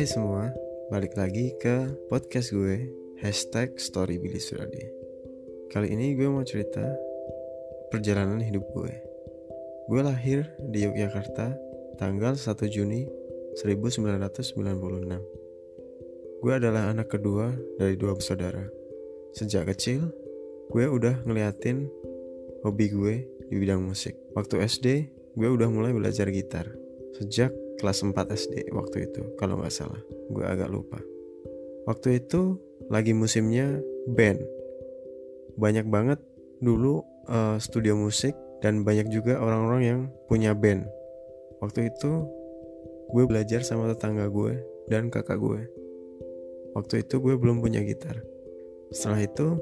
Hai semua, balik lagi ke podcast gue #StoryBillySuradi. Kali ini gue mau cerita perjalanan hidup gue. Gue lahir di Yogyakarta tanggal 1 Juni 1996. Gue adalah anak kedua dari 2 bersaudara. Sejak kecil, gue udah ngeliatin hobi gue di bidang musik. Waktu SD, gue udah mulai belajar gitar. Sejak kelas 4 SD waktu itu, kalau gak salah. Gue agak lupa. Waktu itu lagi musimnya band. Banyak banget dulu studio musik dan banyak juga orang-orang yang punya band. Waktu itu gue belajar sama tetangga gue dan kakak gue. Waktu itu gue belum punya gitar. Setelah itu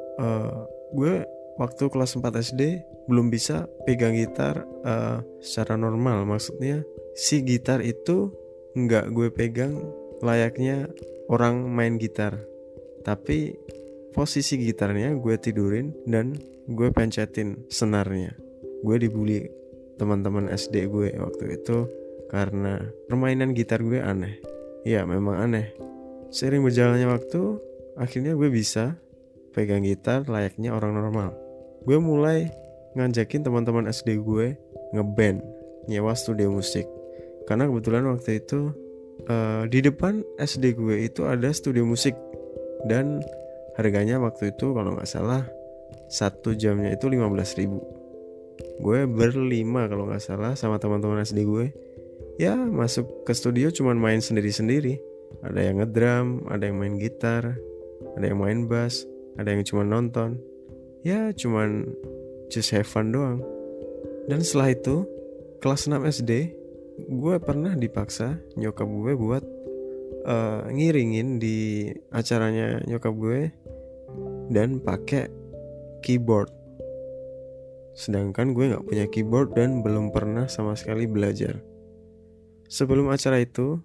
gue waktu kelas 4 SD belum bisa pegang gitar secara normal. Maksudnya si gitar itu nggak gue pegang layaknya orang main gitar, tapi posisi gitarnya gue tidurin dan gue pencetin senarnya. Gue dibully teman-teman SD gue waktu itu karena permainan gitar gue aneh. Ya memang aneh. Seiring berjalannya waktu, akhirnya gue bisa pegang gitar layaknya orang normal. Gue mulai ngajakin teman-teman SD gue ngeband, nyewa studio musik. Karena kebetulan waktu itu di depan SD gue itu ada studio musik. Dan harganya waktu itu kalau gak salah 1 jamnya itu 15.000. Gue berlima kalau gak salah sama teman-teman SD gue. Ya masuk ke studio cuman main sendiri-sendiri. Ada yang ngedrum, ada yang main gitar, ada yang main bass, ada yang cuma nonton. Ya cuman just have fun doang. Dan setelah itu kelas 6 SD gue pernah dipaksa nyokap gue buat ngiringin di acaranya nyokap gue dan pakai keyboard. Sedangkan gue gak punya keyboard dan belum pernah sama sekali belajar. Sebelum acara itu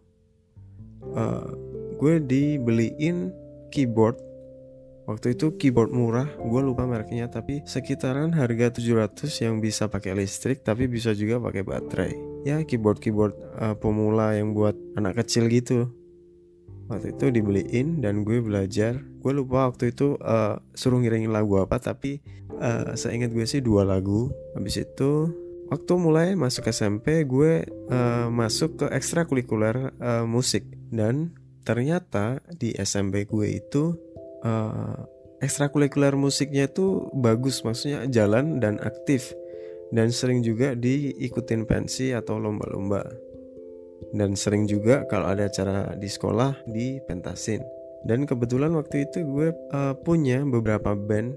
gue dibeliin keyboard. Waktu itu keyboard murah, gue lupa mereknya, tapi sekitaran harga 700 yang bisa pakai listrik tapi bisa juga pakai baterai. Ya keyboard pemula yang buat anak kecil gitu. Waktu itu dibeliin dan gue belajar. Gue lupa waktu itu suruh ngiringin lagu apa, tapi seingat gue sih 2 lagu. Habis itu waktu mulai masuk SMP gue masuk ke ekstrakurikuler musik. Dan ternyata di SMP gue itu ekstrakurikuler musiknya itu bagus, maksudnya jalan dan aktif, dan sering juga diikutin pensi atau lomba-lomba, dan sering juga kalau ada acara di sekolah dipentasin. Dan kebetulan waktu itu gue punya beberapa band.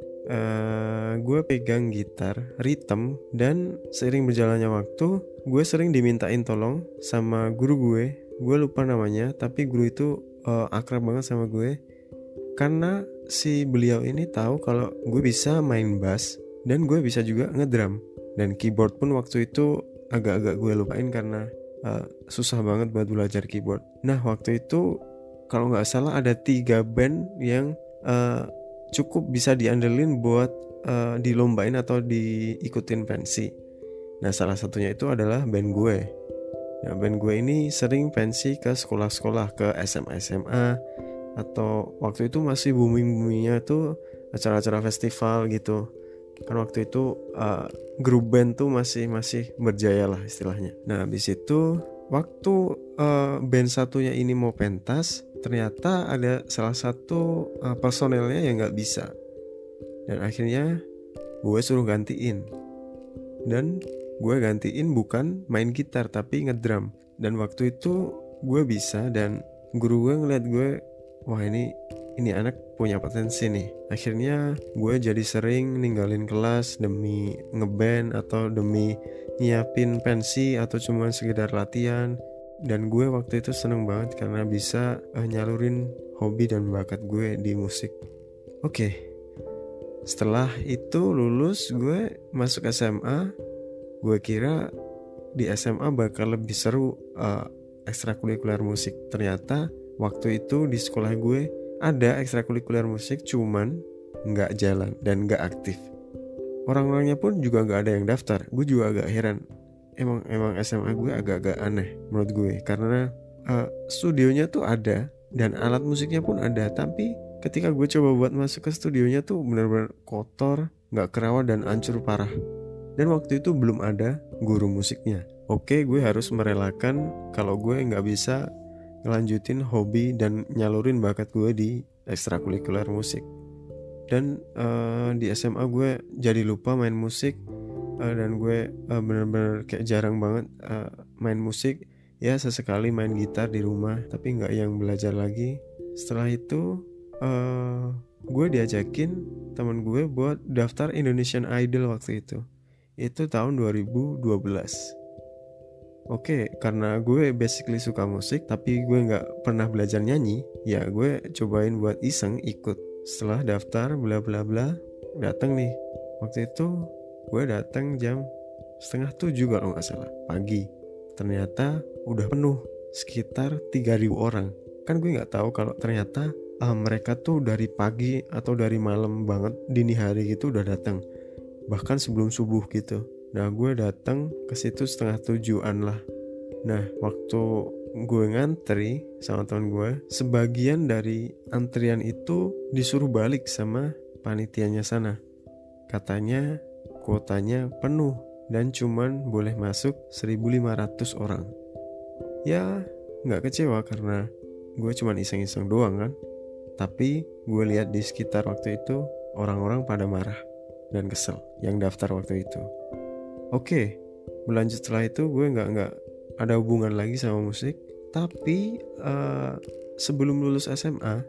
Gue pegang gitar rhythm, dan seiring berjalannya waktu gue sering dimintain tolong sama guru gue lupa namanya, tapi guru itu akrab banget sama gue karena si beliau ini tahu kalau gue bisa main bass dan gue bisa juga ngedrum. Dan keyboard pun waktu itu agak-agak gue lupain karena susah banget buat belajar keyboard. Nah waktu itu kalau gak salah ada 3 band yang cukup bisa diandelin buat dilombain atau diikutin pensi. Nah salah satunya itu adalah band gue. Nah band gue ini sering pensi ke sekolah-sekolah, ke SMA-SMA, atau waktu itu masih booming-boomingnya tuh acara-acara festival gitu. Kan waktu itu grup band tuh masih berjaya lah istilahnya. Nah habis itu waktu band satunya ini mau pentas, ternyata ada salah satu personelnya yang gak bisa. Dan akhirnya gue suruh gantiin. Dan gue gantiin bukan main gitar tapi ngedrum. Dan waktu itu gue bisa, dan guru gue ngeliat gue, wah ini anak punya potensi nih. Akhirnya gue jadi sering ninggalin kelas demi ngeband atau demi nyiapin pensi atau cuma sekedar latihan. Dan gue waktu itu seneng banget karena bisa nyalurin hobi dan bakat gue di musik. Oke. Setelah itu lulus, gue masuk SMA. Gue kira di SMA bakal lebih seru ekstrakurikuler musik. Ternyata waktu itu di sekolah gue ada ekstrakurikuler musik, cuman gak jalan dan gak aktif. Orang-orangnya pun juga gak ada yang daftar. Gue juga agak heran. Emang SMA gue agak-agak aneh menurut gue, karena studionya tuh ada dan alat musiknya pun ada, tapi ketika gue coba buat masuk ke studionya tuh benar-benar kotor, gak kerawat dan hancur parah. Dan waktu itu belum ada guru musiknya. Oke, gue harus merelakan kalau gue gak bisa ngelanjutin hobi dan nyalurin bakat gue di ekstrakurikuler musik. Dan di SMA gue jadi lupa main musik, dan gue benar-benar kayak jarang banget main musik. Ya sesekali main gitar di rumah, tapi gak yang belajar lagi. Setelah itu gue diajakin teman gue buat daftar Indonesian Idol waktu itu. Itu tahun 2012. Oke, karena gue basically suka musik tapi gue gak pernah belajar nyanyi, ya gue cobain buat iseng ikut. Setelah daftar bla bla bla, datang nih. Waktu itu gue datang jam 6:30 kalau gak salah, pagi. Ternyata udah penuh, sekitar 3.000 orang. Kan gue gak tahu kalau ternyata mereka tuh dari pagi atau dari malam banget, dini hari gitu udah datang, bahkan sebelum subuh gitu. Nah gue datang ke situ 6:30 lah. Nah waktu gue ngantri sama teman gue, sebagian dari antrian itu disuruh balik sama panitianya sana. Katanya kuotanya penuh dan cuman boleh masuk 1.500 orang. Ya gak kecewa karena gue cuman iseng-iseng doang kan. Tapi gue lihat di sekitar waktu itu orang-orang pada marah dan kesel yang daftar waktu itu. Oke, berlanjut setelah itu gue gak ada hubungan lagi sama musik. Tapi sebelum lulus SMA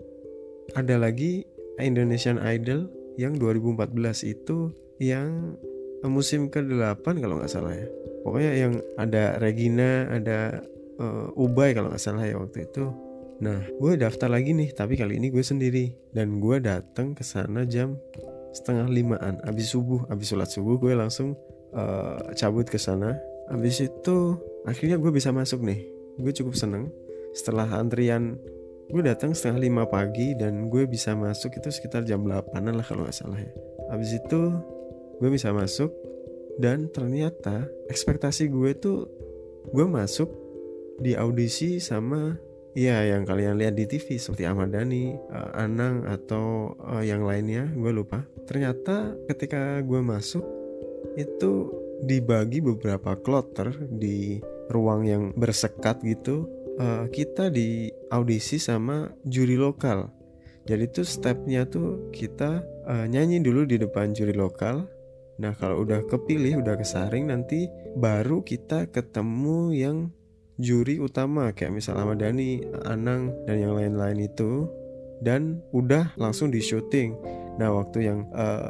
ada lagi Indonesian Idol yang 2014 itu, yang musim ke-8 kalau gak salah ya. Pokoknya yang ada Regina, ada Ubay kalau gak salah ya waktu itu. Nah gue daftar lagi nih, tapi kali ini gue sendiri. Dan gue datang ke sana jam 4:30, abis subuh, abis sholat subuh gue langsung cabut ke sana. Abis itu akhirnya gue bisa masuk nih. Gue cukup seneng. Setelah antrian, gue datang 4:30 pagi dan gue bisa masuk itu sekitar jam 8-an lah kalau gak salah ya. Abis itu gue bisa masuk. Dan ternyata ekspektasi gue tuh gue masuk di audisi sama ya yang kalian lihat di TV seperti Ahmad Dhani, Anang atau yang lainnya, gue lupa. Ternyata ketika gue masuk itu dibagi beberapa kloter di ruang yang bersekat gitu. Kita di audisi sama juri lokal. Jadi tuh stepnya tuh kita nyanyi dulu di depan juri lokal. Nah kalau udah kepilih, udah kesaring, nanti baru kita ketemu yang juri utama kayak misal Ahmad Dhani, Anang dan yang lain-lain itu, dan udah langsung di syuting. Nah waktu yang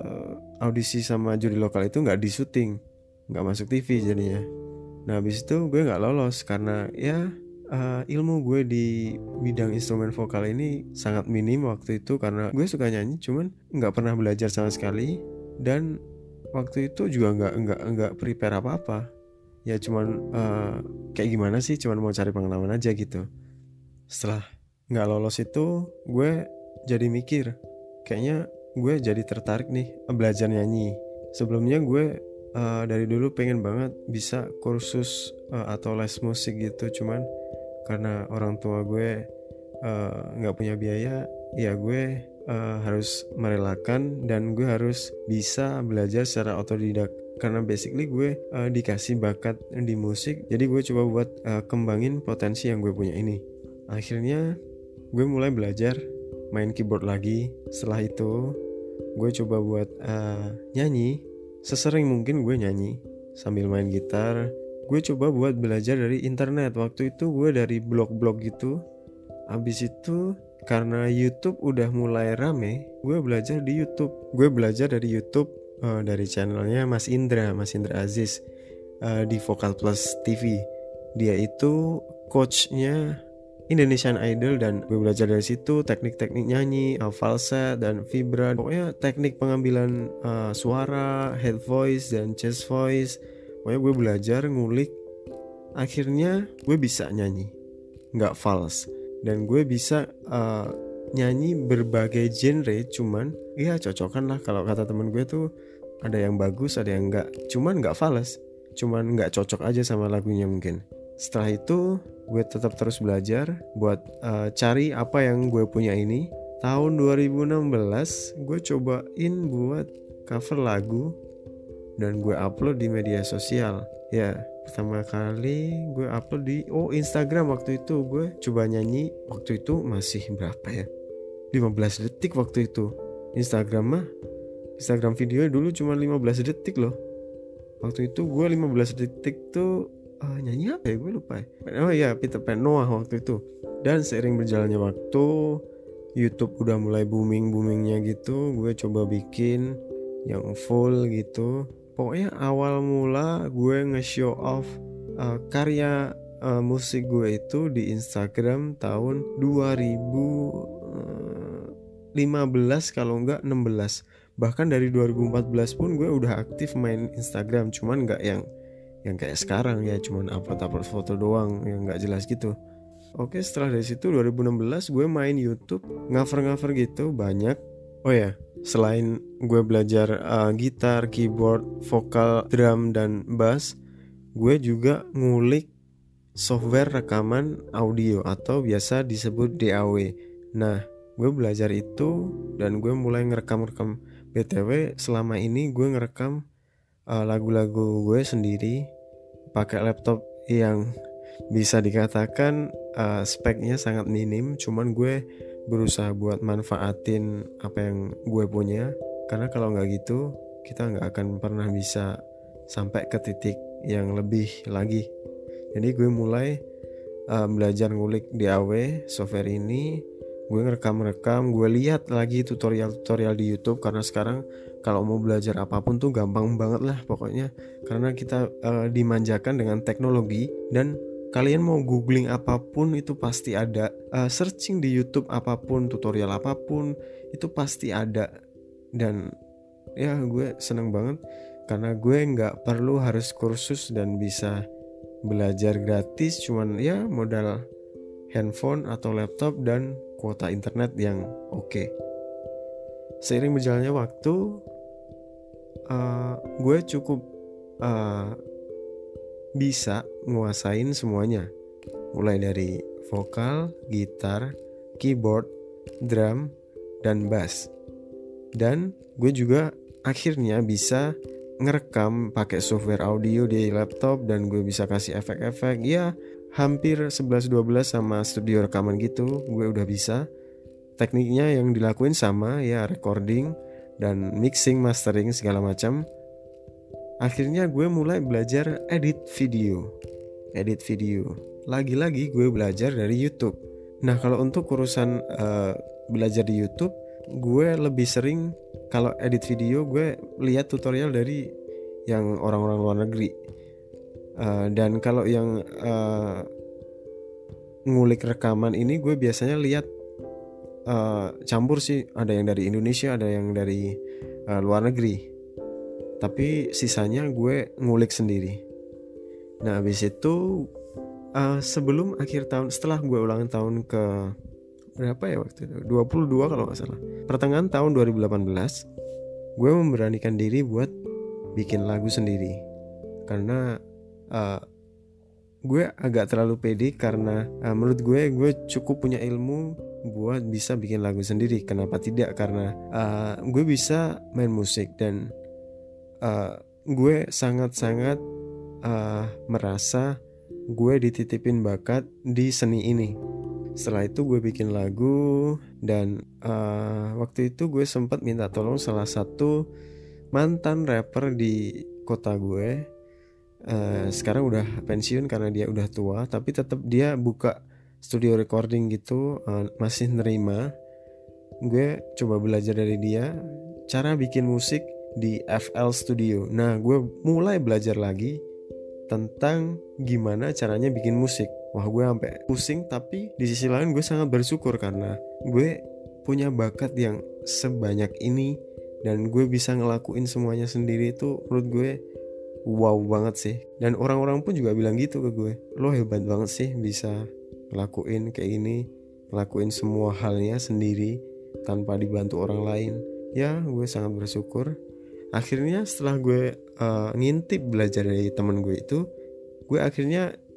audisi sama juri lokal itu nggak di syuting, nggak masuk TV jadinya. Nah habis itu gue nggak lolos karena ya ilmu gue di bidang instrumen vokal ini sangat minim waktu itu, karena gue suka nyanyi cuman nggak pernah belajar sama sekali. Dan waktu itu juga nggak prepare apa-apa. Ya cuman kayak gimana sih, cuman mau cari pengalaman aja gitu. Setelah nggak lolos itu gue jadi mikir, kayaknya gue jadi tertarik nih belajar nyanyi. Sebelumnya gue dari dulu pengen banget bisa kursus atau les musik gitu, cuman karena orang tua gue nggak punya biaya, ya gue harus merelakan dan gue harus bisa belajar secara otodidak. Karena basically gue dikasih bakat di musik, jadi gue coba buat kembangin potensi yang gue punya ini. Akhirnya gue mulai belajar main keyboard lagi. Setelah itu gue coba buat nyanyi. Sesering mungkin gue nyanyi sambil main gitar. Gue coba buat belajar dari internet. Waktu itu gue dari blog-blog gitu. Abis itu karena YouTube udah mulai rame, gue belajar di YouTube. Gue belajar dari YouTube dari channelnya Mas Indra Aziz di Vokal Plus TV. Dia itu coachnya Indonesian Idol, dan gue belajar dari situ teknik-teknik nyanyi, falset dan vibra. Pokoknya teknik pengambilan suara, head voice dan chest voice. Pokoknya gue belajar ngulik. Akhirnya gue bisa nyanyi, nggak false. Dan gue bisa nyanyi berbagai genre, cuman ya cocokan lah. Kalau kata temen gue tuh ada yang bagus, ada yang enggak. Cuman enggak fals, cuman enggak cocok aja sama lagunya mungkin. Setelah itu gue tetap terus belajar buat cari apa yang gue punya ini. Tahun 2016 gue cobain buat cover lagu dan gue upload di media sosial. Ya, pertama kali gue upload di Instagram. Waktu itu gue coba nyanyi. Waktu itu masih berapa ya, 15 detik waktu itu. Instagram video dulu cuma 15 detik loh. Waktu itu gue 15 detik tuh nyanyi apa ya, gue lupa ya. Oh iya, Peter Pan Noah waktu itu. Dan seiring berjalannya waktu, YouTube udah mulai boomingnya gitu, gue coba bikin yang full gitu. Pokoknya awal mula gue nge-show off karya musik gue itu di Instagram tahun 2015 kalau enggak 16. Bahkan dari 2014 pun gue udah aktif main Instagram, cuman enggak yang kayak sekarang ya, cuman upload foto doang yang enggak jelas gitu. Oke, setelah dari situ 2016 gue main YouTube, cover gitu banyak. Oh ya, selain gue belajar gitar, keyboard, vokal, drum, dan bass, gue juga ngulik software rekaman audio atau biasa disebut DAW. Nah, gue belajar itu dan gue mulai ngerekam. BTW selama ini gue ngerekam lagu-lagu gue sendiri pakai laptop yang bisa dikatakan speknya sangat minim, cuman gue berusaha buat manfaatin apa yang gue punya, karena kalau nggak gitu kita nggak akan pernah bisa sampai ke titik yang lebih lagi. Jadi gue mulai belajar ngulik DAW software ini. Gue ngerekam, gue lihat lagi tutorial di YouTube, karena sekarang kalau mau belajar apapun tuh gampang banget lah pokoknya, karena kita dimanjakan dengan teknologi. Dan kalian mau googling apapun itu pasti ada, searching di YouTube apapun, tutorial apapun itu pasti ada. Dan ya gue seneng banget karena gue nggak perlu harus kursus dan bisa belajar gratis, cuman ya modal handphone atau laptop dan kuota internet yang oke. Seiring berjalannya waktu, gue cukup bisa nguasain semuanya, mulai dari vokal, gitar, keyboard, drum, dan bass. Dan gue juga akhirnya bisa ngerekam pakai software audio di laptop, dan gue bisa kasih efek-efek ya hampir 11-12 sama studio rekaman gitu. Gue udah bisa. Tekniknya yang dilakuin sama ya, recording dan mixing, mastering segala macam. Akhirnya gue mulai belajar edit video. Lagi-lagi gue belajar dari YouTube. Nah, kalau untuk urusan belajar di YouTube, gue lebih sering kalau edit video gue lihat tutorial dari yang orang-orang luar negeri. Dan kalau yang ngulik rekaman ini gue biasanya lihat campur sih, ada yang dari Indonesia, ada yang dari luar negeri, tapi sisanya gue ngulik sendiri. Nah, habis itu sebelum akhir tahun, setelah gue ulang tahun ke berapa ya waktu itu, 22 kalau gak salah, pertengahan tahun 2018, gue memberanikan diri buat bikin lagu sendiri. Karena gue agak terlalu pede, karena menurut gue cukup punya ilmu buat bisa bikin lagu sendiri. Kenapa tidak? Karena gue bisa main musik, dan gue sangat-sangat merasa gue dititipin bakat di seni ini. Setelah itu gue bikin lagu, dan waktu itu gue sempat minta tolong salah satu mantan rapper di kota gue. Sekarang udah pensiun karena dia udah tua, tapi tetap dia buka studio recording gitu, masih nerima. Gue coba belajar dari dia cara bikin musik di FL Studio. Nah, gue mulai belajar lagi tentang gimana caranya bikin musik. Wah, gue sampai pusing, tapi di sisi lain gue sangat bersyukur karena gue punya bakat yang sebanyak ini, dan gue bisa ngelakuin semuanya sendiri. Itu menurut gue wow banget sih. Dan orang-orang pun juga bilang gitu ke gue, lo hebat banget sih bisa ngelakuin kayak gini, ngelakuin semua halnya sendiri tanpa dibantu orang lain. Ya, gue sangat bersyukur. Akhirnya setelah gue ngintip belajar dari temen gue itu, gue akhirnya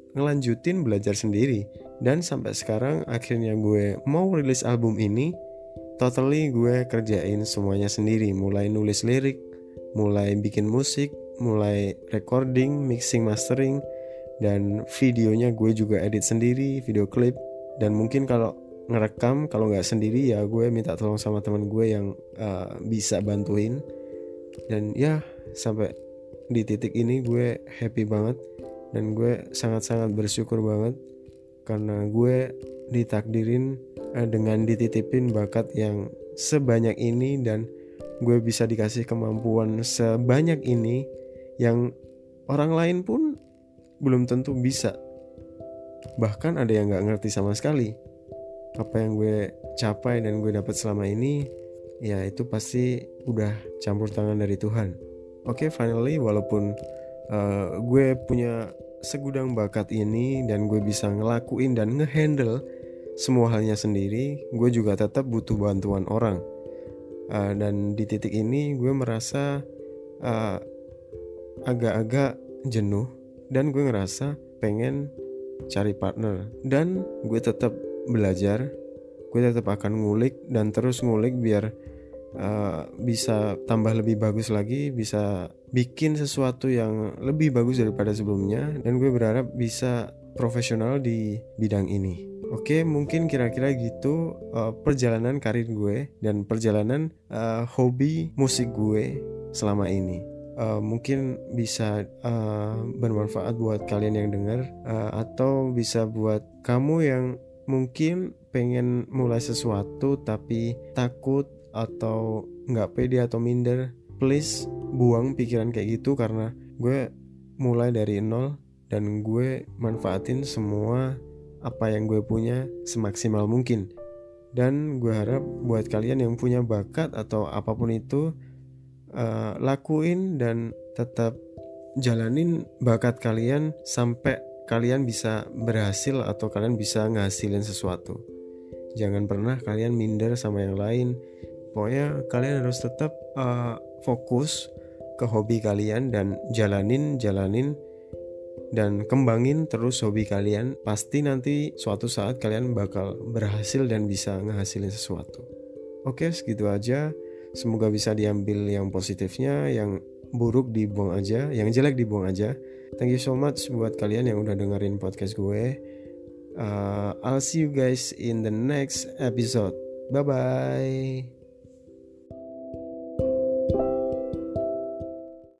ngelanjutin belajar sendiri. Dan sampai sekarang akhirnya gue mau rilis album ini, totally gue kerjain semuanya sendiri. Mulai nulis lirik, mulai bikin musik, mulai recording, mixing, mastering, dan videonya gue juga edit sendiri, video klip. Dan mungkin kalau ngerekam, kalau nggak sendiri ya gue minta tolong sama teman gue yang bisa bantuin. Dan ya sampai di titik ini gue happy banget, dan gue sangat-sangat bersyukur banget karena gue ditakdirin dengan dititipin bakat yang sebanyak ini, dan gue bisa dikasih kemampuan sebanyak ini yang orang lain pun belum tentu bisa. Bahkan ada yang gak ngerti sama sekali. Apa yang gue capai dan gue dapat selama ini, ya itu pasti udah campur tangan dari Tuhan. Oke, finally walaupun gue punya segudang bakat ini dan gue bisa ngelakuin dan ngehandle semua halnya sendiri, gue juga tetap butuh bantuan orang. Dan di titik ini gue merasa agak-agak jenuh, dan gue ngerasa pengen cari partner. Dan gue tetap belajar, gue tetap akan ngulik dan terus ngulik biar bisa tambah lebih bagus lagi, bisa bikin sesuatu yang lebih bagus daripada sebelumnya, dan gue berharap bisa profesional di bidang ini. Oke, mungkin kira-kira gitu perjalanan karir gue dan perjalanan hobi musik gue selama ini. Mungkin bisa bermanfaat buat kalian yang dengar, atau bisa buat kamu yang mungkin pengen mulai sesuatu tapi takut atau nggak pede atau minder. Please buang pikiran kayak gitu, karena gue mulai dari nol dan gue manfaatin semua apa yang gue punya semaksimal mungkin. Dan gue harap buat kalian yang punya bakat atau apapun itu, lakuin dan tetap jalanin bakat kalian sampai kalian bisa berhasil atau kalian bisa ngasilin sesuatu. Jangan pernah kalian minder sama yang lain. Pokoknya kalian harus tetap fokus ke hobi kalian dan jalanin dan kembangin terus hobi kalian. Pasti nanti suatu saat kalian bakal berhasil dan bisa ngehasilin sesuatu. Oke, segitu aja. Semoga bisa diambil yang positifnya, yang buruk dibuang aja, yang jelek dibuang aja. Thank you so much buat kalian yang udah dengerin podcast gue. I'll see you guys in the next episode. Bye bye.